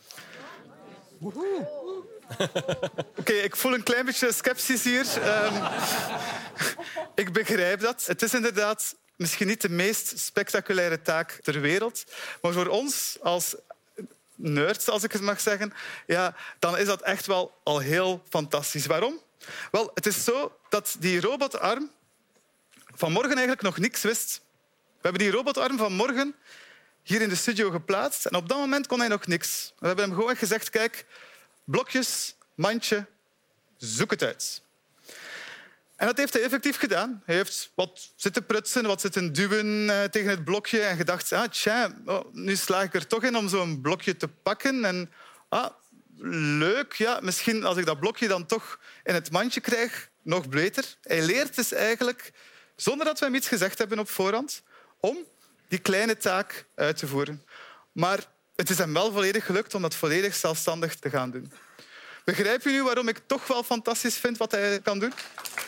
Oké, okay, ik voel een klein beetje sceptisch hier. Um, ik begrijp dat. Het is inderdaad misschien niet de meest spectaculaire taak ter wereld. Maar voor ons als nerds, als ik het mag zeggen, ja, dan is dat echt wel al heel fantastisch. Waarom? Wel, het is zo dat die robotarm vanmorgen eigenlijk nog niks wist. We hebben die robotarm vanmorgen hier in de studio geplaatst en op dat moment kon hij nog niks. We hebben hem gewoon gezegd, kijk, blokjes, mandje, zoek het uit. En dat heeft hij effectief gedaan. Hij heeft wat zitten prutsen, wat zitten duwen uh, tegen het blokje en gedacht, ah, tja, oh, nu slaag ik er toch in om zo'n blokje te pakken. En ah, leuk, ja, misschien als ik dat blokje dan toch in het mandje krijg, nog beter. Hij leert dus eigenlijk, zonder dat we hem iets gezegd hebben op voorhand, om die kleine taak uit te voeren. Maar het is hem wel volledig gelukt om dat volledig zelfstandig te gaan doen. Begrijp je nu waarom ik toch wel fantastisch vind wat hij kan doen?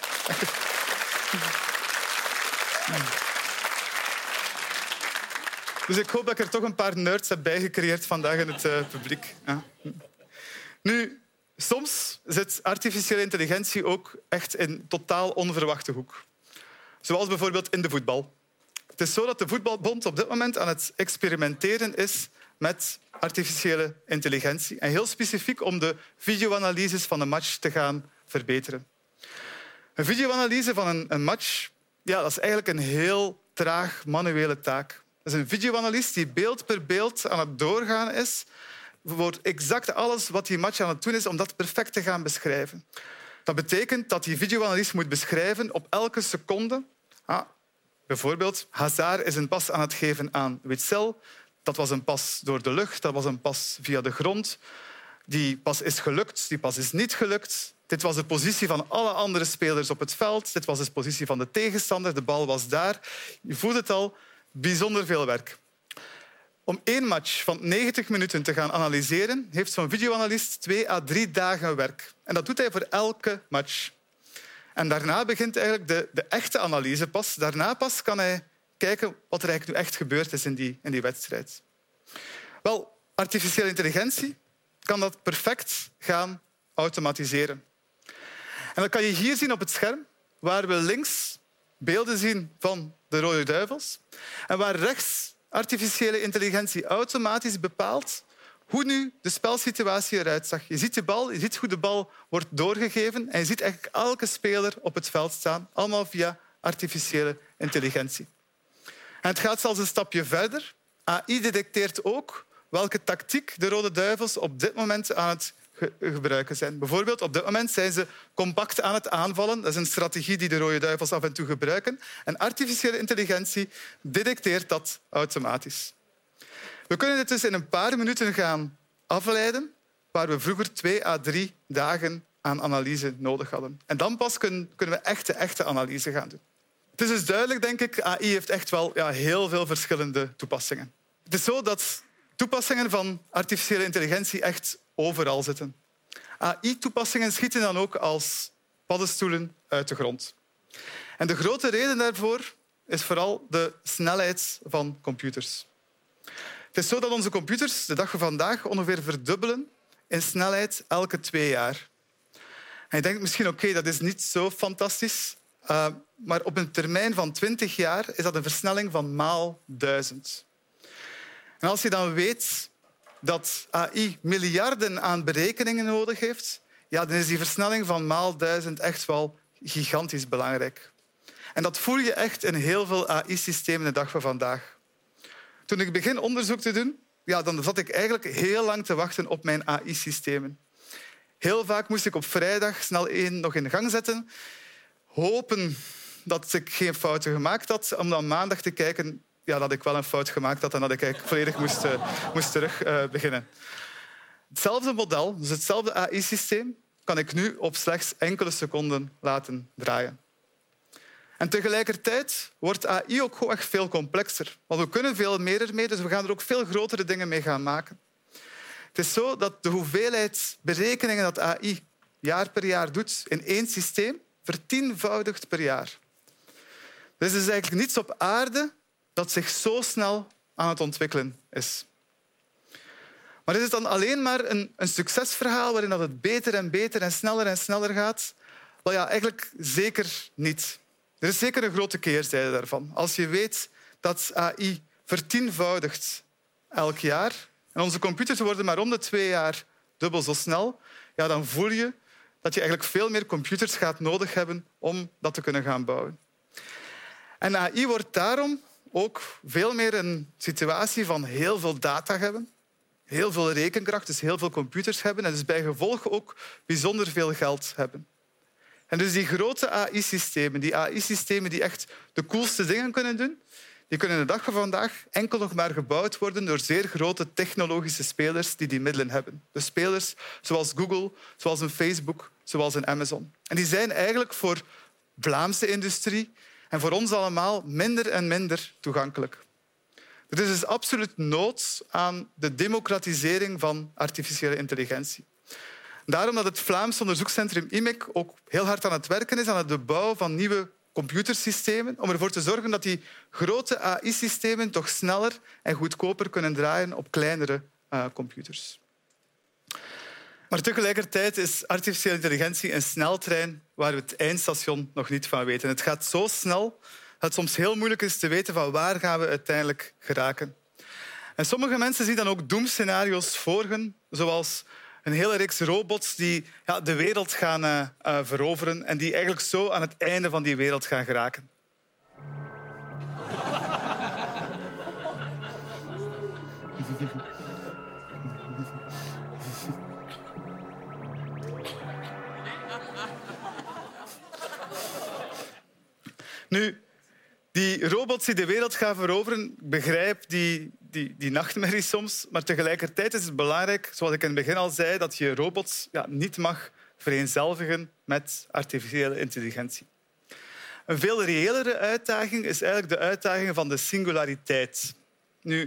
Dus ik hoop dat ik er toch een paar nerds heb bijgecreëerd vandaag in het uh, publiek. Ja. Nu, soms zit artificiële intelligentie ook echt in totaal onverwachte hoek. Zoals bijvoorbeeld in de voetbal. Het is zo dat de Voetbalbond op dit moment aan het experimenteren is met artificiële intelligentie. En heel specifiek om de videoanalyses van een match te gaan verbeteren. Een videoanalyse van een, een match, ja, dat is eigenlijk een heel traag manuele taak. Dat is een videoanalist die beeld per beeld aan het doorgaan is voor exact alles wat die match aan het doen is om dat perfect te gaan beschrijven. Dat betekent dat die videoanalist moet beschrijven op elke seconde. Ah, bijvoorbeeld, Hazard is een pas aan het geven aan Witsel. Dat was een pas door de lucht, dat was een pas via de grond. Die pas is gelukt, die pas is niet gelukt. Dit was de positie van alle andere spelers op het veld. Dit was de positie van de tegenstander. De bal was daar. Je voelt het al, bijzonder veel werk. Om één match van negentig minuten te gaan analyseren, heeft zo'n videoanalist twee à drie dagen werk. En dat doet hij voor elke match. En daarna begint eigenlijk de, de echte analyse pas. Daarna pas kan hij kijken wat er eigenlijk nu echt gebeurd is in die, in die wedstrijd. Wel, artificiële intelligentie kan dat perfect gaan automatiseren. En dat kan je hier zien op het scherm, waar we links beelden zien van de Rode Duivels en waar rechts artificiële intelligentie automatisch bepaalt hoe nu de spelsituatie eruit zag. Je ziet de bal, je ziet hoe de bal wordt doorgegeven en je ziet eigenlijk elke speler op het veld staan, allemaal via artificiële intelligentie. En het gaat zelfs een stapje verder. A I detecteert ook welke tactiek de Rode Duivels op dit moment aan het ge- gebruiken zijn. Bijvoorbeeld, op dit moment zijn ze compact aan het aanvallen. Dat is een strategie die de Rode Duivels af en toe gebruiken. En artificiële intelligentie detecteert dat automatisch. We kunnen dit dus in een paar minuten gaan afleiden, waar we vroeger twee à drie dagen aan analyse nodig hadden. En dan pas kunnen, kunnen we echte, echte analyse gaan doen. Het is dus duidelijk, denk ik, A I heeft echt wel ja, heel veel verschillende toepassingen. Het is zo dat toepassingen van artificiële intelligentie echt overal zitten. A I-toepassingen schieten dan ook als paddenstoelen uit de grond. En de grote reden daarvoor is vooral de snelheid van computers. Het is zo dat onze computers de dag van vandaag ongeveer verdubbelen in snelheid elke twee jaar. En je denkt misschien, oké, okay, dat is niet zo fantastisch. Uh, maar op een termijn van twintig jaar is dat een versnelling van maal duizend. En als je dan weet dat A I miljarden aan berekeningen nodig heeft, ja, dan is die versnelling van maal duizend echt wel gigantisch belangrijk. En dat voel je echt in heel veel A I-systemen de dag van vandaag. Toen ik begin onderzoek te doen, ja, dan zat ik eigenlijk heel lang te wachten op mijn A I-systemen. Heel vaak moest ik op vrijdag snel één nog in gang zetten, hopen dat ik geen fouten gemaakt had, om dan maandag te kijken ja, dat ik wel een fout gemaakt had en dat ik eigenlijk volledig moest, uh, moest terug uh, beginnen. Hetzelfde model, dus hetzelfde A I-systeem, kan ik nu op slechts enkele seconden laten draaien. En tegelijkertijd wordt A I ook gewoon echt veel complexer. Want we kunnen veel meer ermee, dus we gaan er ook veel grotere dingen mee gaan maken. Het is zo dat de hoeveelheid berekeningen dat A I jaar per jaar doet in één systeem vertienvoudigt per jaar. Dus er is eigenlijk niets op aarde dat zich zo snel aan het ontwikkelen is. Maar is het dan alleen maar een, een succesverhaal waarin dat het beter en beter en sneller en sneller gaat? Wel ja, eigenlijk zeker niet. Er is zeker een grote keerzijde daarvan. Als je weet dat A I vertienvoudigt elk jaar en onze computers worden maar om de twee jaar dubbel zo snel, ja, dan voel je dat je eigenlijk veel meer computers gaat nodig hebben om dat te kunnen gaan bouwen. En A I wordt daarom ook veel meer een situatie van heel veel data hebben, heel veel rekenkracht, dus heel veel computers hebben en dus bij gevolg ook bijzonder veel geld hebben. En dus die grote A I-systemen, die A I-systemen die echt de coolste dingen kunnen doen, die kunnen de dag van vandaag enkel nog maar gebouwd worden door zeer grote technologische spelers die die middelen hebben. Dus spelers zoals Google, zoals een Facebook, zoals een Amazon. En die zijn eigenlijk voor Vlaamse industrie en voor ons allemaal minder en minder toegankelijk. Er is dus absoluut nood aan de democratisering van artificiële intelligentie. Daarom dat het Vlaams onderzoekscentrum I M E C ook heel hard aan het werken is aan de bouw van nieuwe computersystemen om ervoor te zorgen dat die grote A I-systemen toch sneller en goedkoper kunnen draaien op kleinere uh, computers. Maar tegelijkertijd is artificiële intelligentie een sneltrein waar we het eindstation nog niet van weten. Het gaat zo snel dat het soms heel moeilijk is te weten van waar gaan we uiteindelijk geraken. En sommige mensen zien dan ook doemscenario's volgen, zoals een hele reeks robots die ja, de wereld gaan uh, uh, veroveren en die eigenlijk zo aan het einde van die wereld gaan geraken. Nu, die robots die de wereld gaan veroveren, ik begrijp die, die, die nachtmerrie soms, maar tegelijkertijd is het belangrijk, zoals ik in het begin al zei, dat je robots ja, niet mag vereenzelvigen met artificiële intelligentie. Een veel reëlere uitdaging is eigenlijk de uitdaging van de singulariteit. Nu,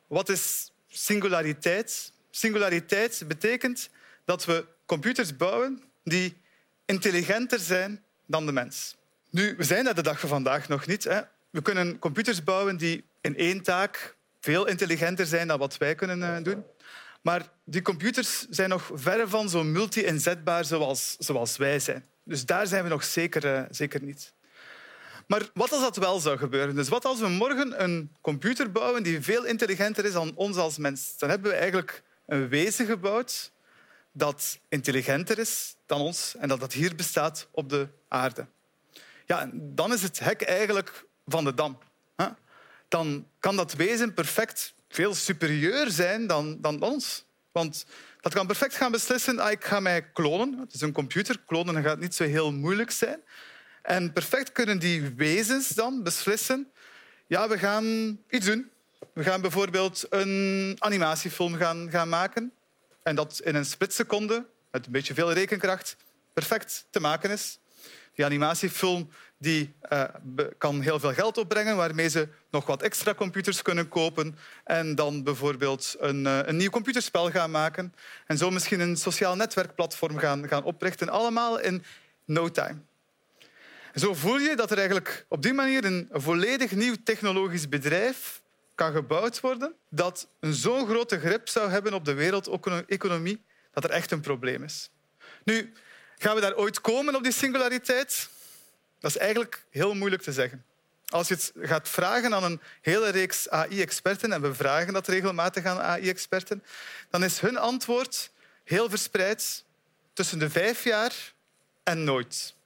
wat is singulariteit? Singulariteit betekent dat we computers bouwen die intelligenter zijn dan de mens. Nu, we zijn dat de dag van vandaag nog niet. Hè. We kunnen computers bouwen die in één taak veel intelligenter zijn dan wat wij kunnen uh, doen. Maar die computers zijn nog verre van zo multi-inzetbaar zoals, zoals wij zijn. Dus daar zijn we nog zeker, uh, zeker niet. Maar wat als dat wel zou gebeuren? Dus wat als we morgen een computer bouwen die veel intelligenter is dan ons als mens? Dan hebben we eigenlijk een wezen gebouwd dat intelligenter is dan ons en dat dat hier bestaat op de aarde. Ja, dan is het hek eigenlijk van de dam. Dan kan dat wezen perfect veel superieur zijn dan, dan ons. Want dat kan perfect gaan beslissen, ah, ik ga mij klonen. Het is een computer, klonen gaat niet zo heel moeilijk zijn. En perfect kunnen die wezens dan beslissen, ja, we gaan iets doen. We gaan bijvoorbeeld een animatiefilm gaan, gaan maken. En dat in een splitseconde, met een beetje veel rekenkracht, perfect te maken is. Die animatiefilm die, uh, kan heel veel geld opbrengen, waarmee ze nog wat extra computers kunnen kopen en dan bijvoorbeeld een, uh, een nieuw computerspel gaan maken en zo misschien een sociaal netwerkplatform gaan, gaan oprichten. Allemaal in no time. Zo voel je dat er eigenlijk op die manier een volledig nieuw technologisch bedrijf kan gebouwd worden dat een zo'n grote grip zou hebben op de wereldeconomie dat er echt een probleem is. Nu, gaan we daar ooit komen op die singulariteit? Dat is eigenlijk heel moeilijk te zeggen. Als je het gaat vragen aan een hele reeks A I-experten, en we vragen dat regelmatig aan A I-experten, dan is hun antwoord heel verspreid tussen de vijf jaar en nooit.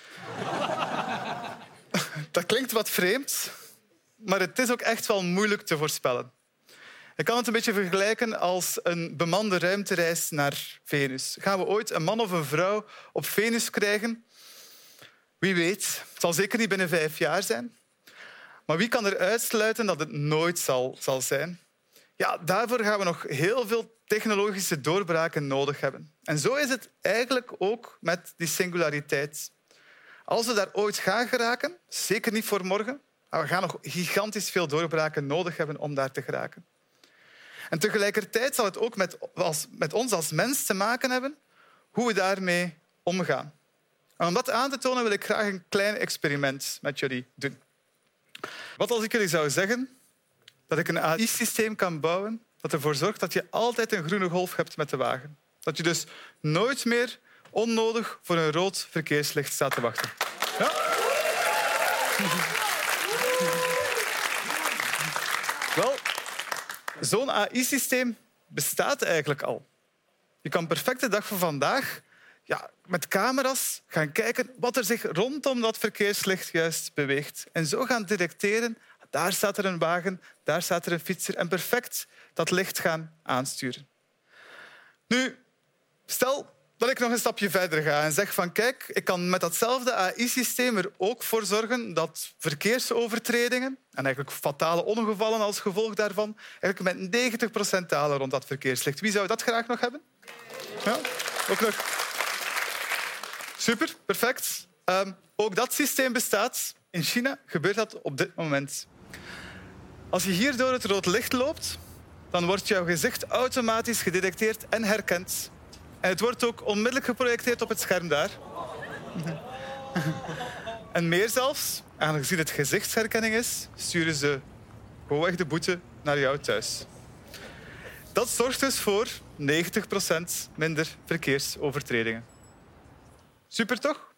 Dat klinkt wat vreemd, maar het is ook echt wel moeilijk te voorspellen. Je kan het een beetje vergelijken als een bemande ruimtereis naar Venus. Gaan we ooit een man of een vrouw op Venus krijgen? Wie weet. Het zal zeker niet binnen vijf jaar zijn. Maar wie kan er uitsluiten dat het nooit zal, zal zijn? Ja, daarvoor gaan we nog heel veel technologische doorbraken nodig hebben. En zo is het eigenlijk ook met die singulariteit. Als we daar ooit gaan geraken, zeker niet voor morgen, maar we gaan nog gigantisch veel doorbraken nodig hebben om daar te geraken. En tegelijkertijd zal het ook met, als, met ons als mens te maken hebben hoe we daarmee omgaan. En om dat aan te tonen wil ik graag een klein experiment met jullie doen. Wat als ik jullie zou zeggen dat ik een A I-systeem kan bouwen dat ervoor zorgt dat je altijd een groene golf hebt met de wagen. Dat je dus nooit meer onnodig voor een rood verkeerslicht staat te wachten. Ja? Wel, zo'n A I-systeem bestaat eigenlijk al. Je kan perfect de dag van vandaag ja, met camera's gaan kijken wat er zich rondom dat verkeerslicht juist beweegt. En zo gaan detecteren, daar staat er een wagen, daar staat er een fietser. En perfect dat licht gaan aansturen. Nu, stel dat ik nog een stapje verder ga en zeg van kijk, ik kan met datzelfde A I-systeem er ook voor zorgen dat verkeersovertredingen en eigenlijk fatale ongevallen als gevolg daarvan eigenlijk met negentig procent dalen rond dat verkeerslicht. Wie zou dat graag nog hebben? Ja, ook nog. Super, perfect. Um, ook dat systeem bestaat. In China gebeurt dat op dit moment. Als je hier door het rood licht loopt, dan wordt jouw gezicht automatisch gedetecteerd en herkend. En het wordt ook onmiddellijk geprojecteerd op het scherm daar. En meer zelfs, aangezien het gezichtsherkenning is, sturen ze gewoonweg de boete naar jou thuis. Dat zorgt dus voor negentig procent minder verkeersovertredingen. Super, toch?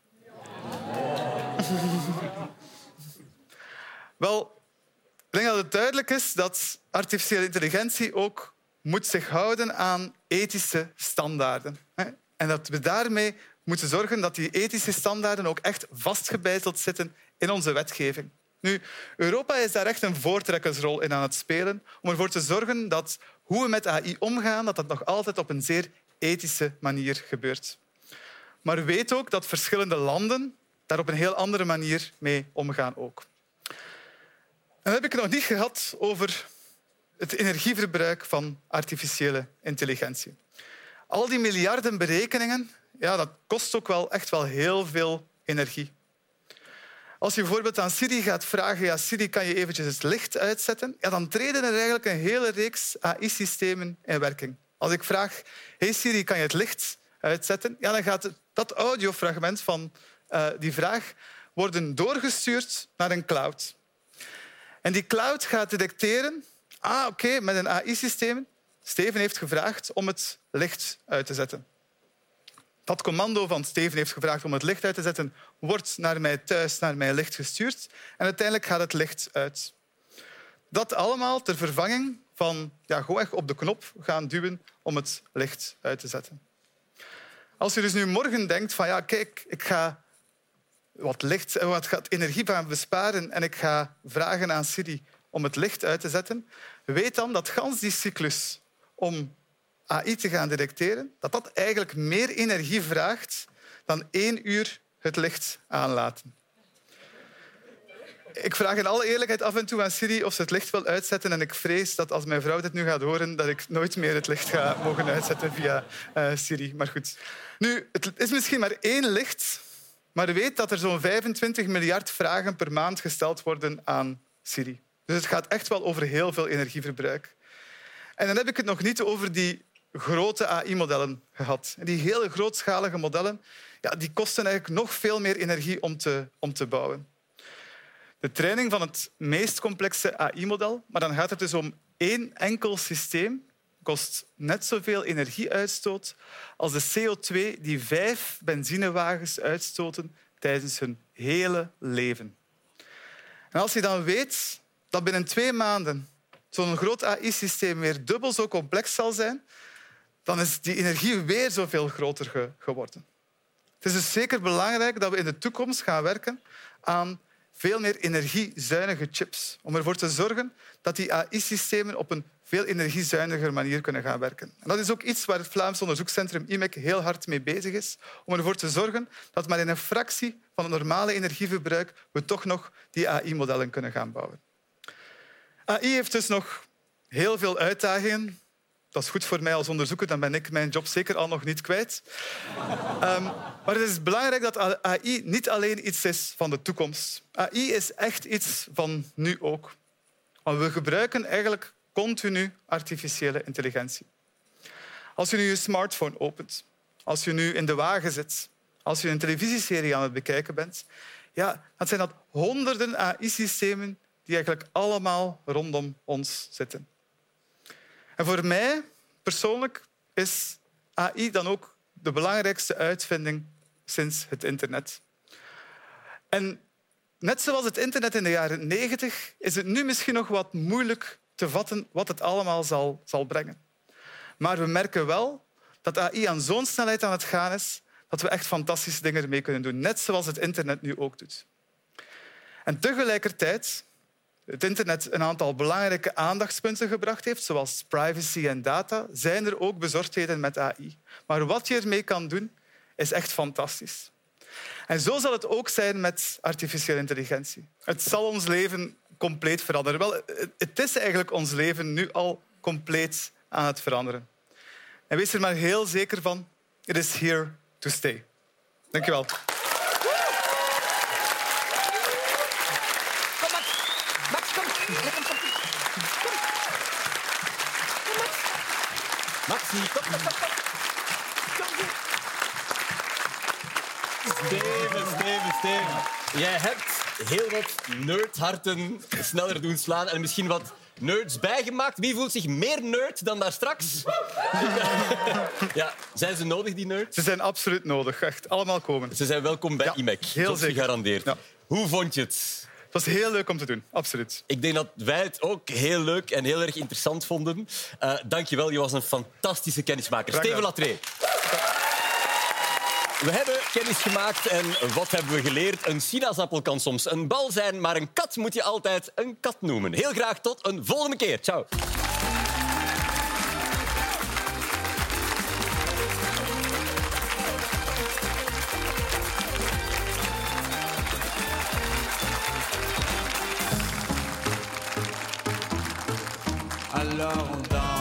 Wel, ik denk dat het duidelijk is dat artificiële intelligentie ook moet zich houden aan ethische standaarden. En dat we daarmee moeten zorgen dat die ethische standaarden ook echt vastgebeiteld zitten in onze wetgeving. Nu, Europa is daar echt een voortrekkersrol in aan het spelen om ervoor te zorgen dat hoe we met A I omgaan, dat dat nog altijd op een zeer ethische manier gebeurt. Maar weet ook dat verschillende landen daar op een heel andere manier mee omgaan ook. En dan heb ik het nog niet gehad over het energieverbruik van artificiële intelligentie. Al die miljarden berekeningen, ja, dat kost ook wel echt wel heel veel energie. Als je bijvoorbeeld aan Siri gaat vragen, ja, Siri, kan je eventjes het licht uitzetten? Ja, dan treden er eigenlijk een hele reeks A I-systemen in werking. Als ik vraag, hey Siri, kan je het licht uitzetten? Ja, dan gaat dat audiofragment van uh, die vraag worden doorgestuurd naar een cloud. En die cloud gaat detecteren, ah, oké, okay, met een A I-systeem, Steven heeft gevraagd om het licht uit te zetten. Dat commando van Steven heeft gevraagd om het licht uit te zetten, wordt naar mij thuis, naar mijn licht gestuurd. En uiteindelijk gaat het licht uit. Dat allemaal ter vervanging van ja, gewoon echt op de knop gaan duwen om het licht uit te zetten. Als je dus nu morgen denkt van ja, kijk, ik ga wat licht, wat gaat energie gaan besparen en ik ga vragen aan Siri om het licht uit te zetten, weet dan dat gans die cyclus om A I te gaan detecteren, dat dat eigenlijk meer energie vraagt dan één uur het licht aanlaten. Ik vraag in alle eerlijkheid af en toe aan Siri of ze het licht wil uitzetten en ik vrees dat als mijn vrouw dit nu gaat horen, dat ik nooit meer het licht ga mogen uitzetten via uh, Siri. Maar goed. Nu, het is misschien maar één licht, maar weet dat er zo'n vijfentwintig miljard vragen per maand gesteld worden aan Siri. Dus het gaat echt wel over heel veel energieverbruik. En dan heb ik het nog niet over die grote A I-modellen gehad. En die hele grootschalige modellen ja, die kosten eigenlijk nog veel meer energie om te, om te bouwen. De training van het meest complexe A I-model, maar dan gaat het dus om één enkel systeem, kost net zoveel energieuitstoot als de C O twee die vijf benzinewagens uitstoten tijdens hun hele leven. En als je dan weet dat binnen twee maanden zo'n groot A I-systeem weer dubbel zo complex zal zijn, dan is die energie weer zoveel groter ge- geworden. Het is dus zeker belangrijk dat we in de toekomst gaan werken aan veel meer energiezuinige chips, om ervoor te zorgen dat die A I-systemen op een veel energiezuiniger manier kunnen gaan werken. En dat is ook iets waar het Vlaams Onderzoekscentrum I M E C heel hard mee bezig is, om ervoor te zorgen dat maar in een fractie van het normale energieverbruik we toch nog die A I-modellen kunnen gaan bouwen. A I heeft dus nog heel veel uitdagingen. Dat is goed voor mij als onderzoeker, dan ben ik mijn job zeker al nog niet kwijt. Um, maar het is belangrijk dat A I niet alleen iets is van de toekomst. A I is echt iets van nu ook. Want we gebruiken eigenlijk continu artificiële intelligentie. Als je nu je smartphone opent, als je nu in de wagen zit, als je een televisieserie aan het bekijken bent, ja, dan zijn dat honderden A I-systemen die eigenlijk allemaal rondom ons zitten. En voor mij persoonlijk is A I dan ook de belangrijkste uitvinding sinds het internet. En net zoals het internet in de jaren negentig is het nu misschien nog wat moeilijk te vatten wat het allemaal zal, zal brengen. Maar we merken wel dat A I aan zo'n snelheid aan het gaan is dat we echt fantastische dingen ermee kunnen doen. Net zoals het internet nu ook doet. En tegelijkertijd het internet een aantal belangrijke aandachtspunten gebracht heeft, zoals privacy en data, zijn er ook bezorgdheden met A I. Maar wat je ermee kan doen, is echt fantastisch. En zo zal het ook zijn met artificiële intelligentie. Het zal ons leven compleet veranderen. Wel, het is eigenlijk ons leven nu al compleet aan het veranderen. En wees er maar heel zeker van, it is here to stay. Dank je wel. Maxi, kom, kom, kom, kom. Steven, Steven, Steven. Jij hebt heel wat nerdharten sneller doen slaan en misschien wat nerds bijgemaakt. Wie voelt zich meer nerd dan daar straks? Ja, zijn ze nodig, die nerds? Ze zijn absoluut nodig. Echt, allemaal komen. Ze zijn welkom bij ja, I M E C. Heel dat is zeker. gegarandeerd. Ja. Hoe vond je het? Het was heel leuk om te doen, absoluut. Ik denk dat wij het ook heel leuk en heel erg interessant vonden. Uh, Dank je wel, je was een fantastische kennismaker. Dank Steven Lattré. We hebben kennis gemaakt en wat hebben we geleerd? Een sinaasappel kan soms een bal zijn, maar een kat moet je altijd een kat noemen. Heel graag tot een volgende keer. Ciao. Alors on danse.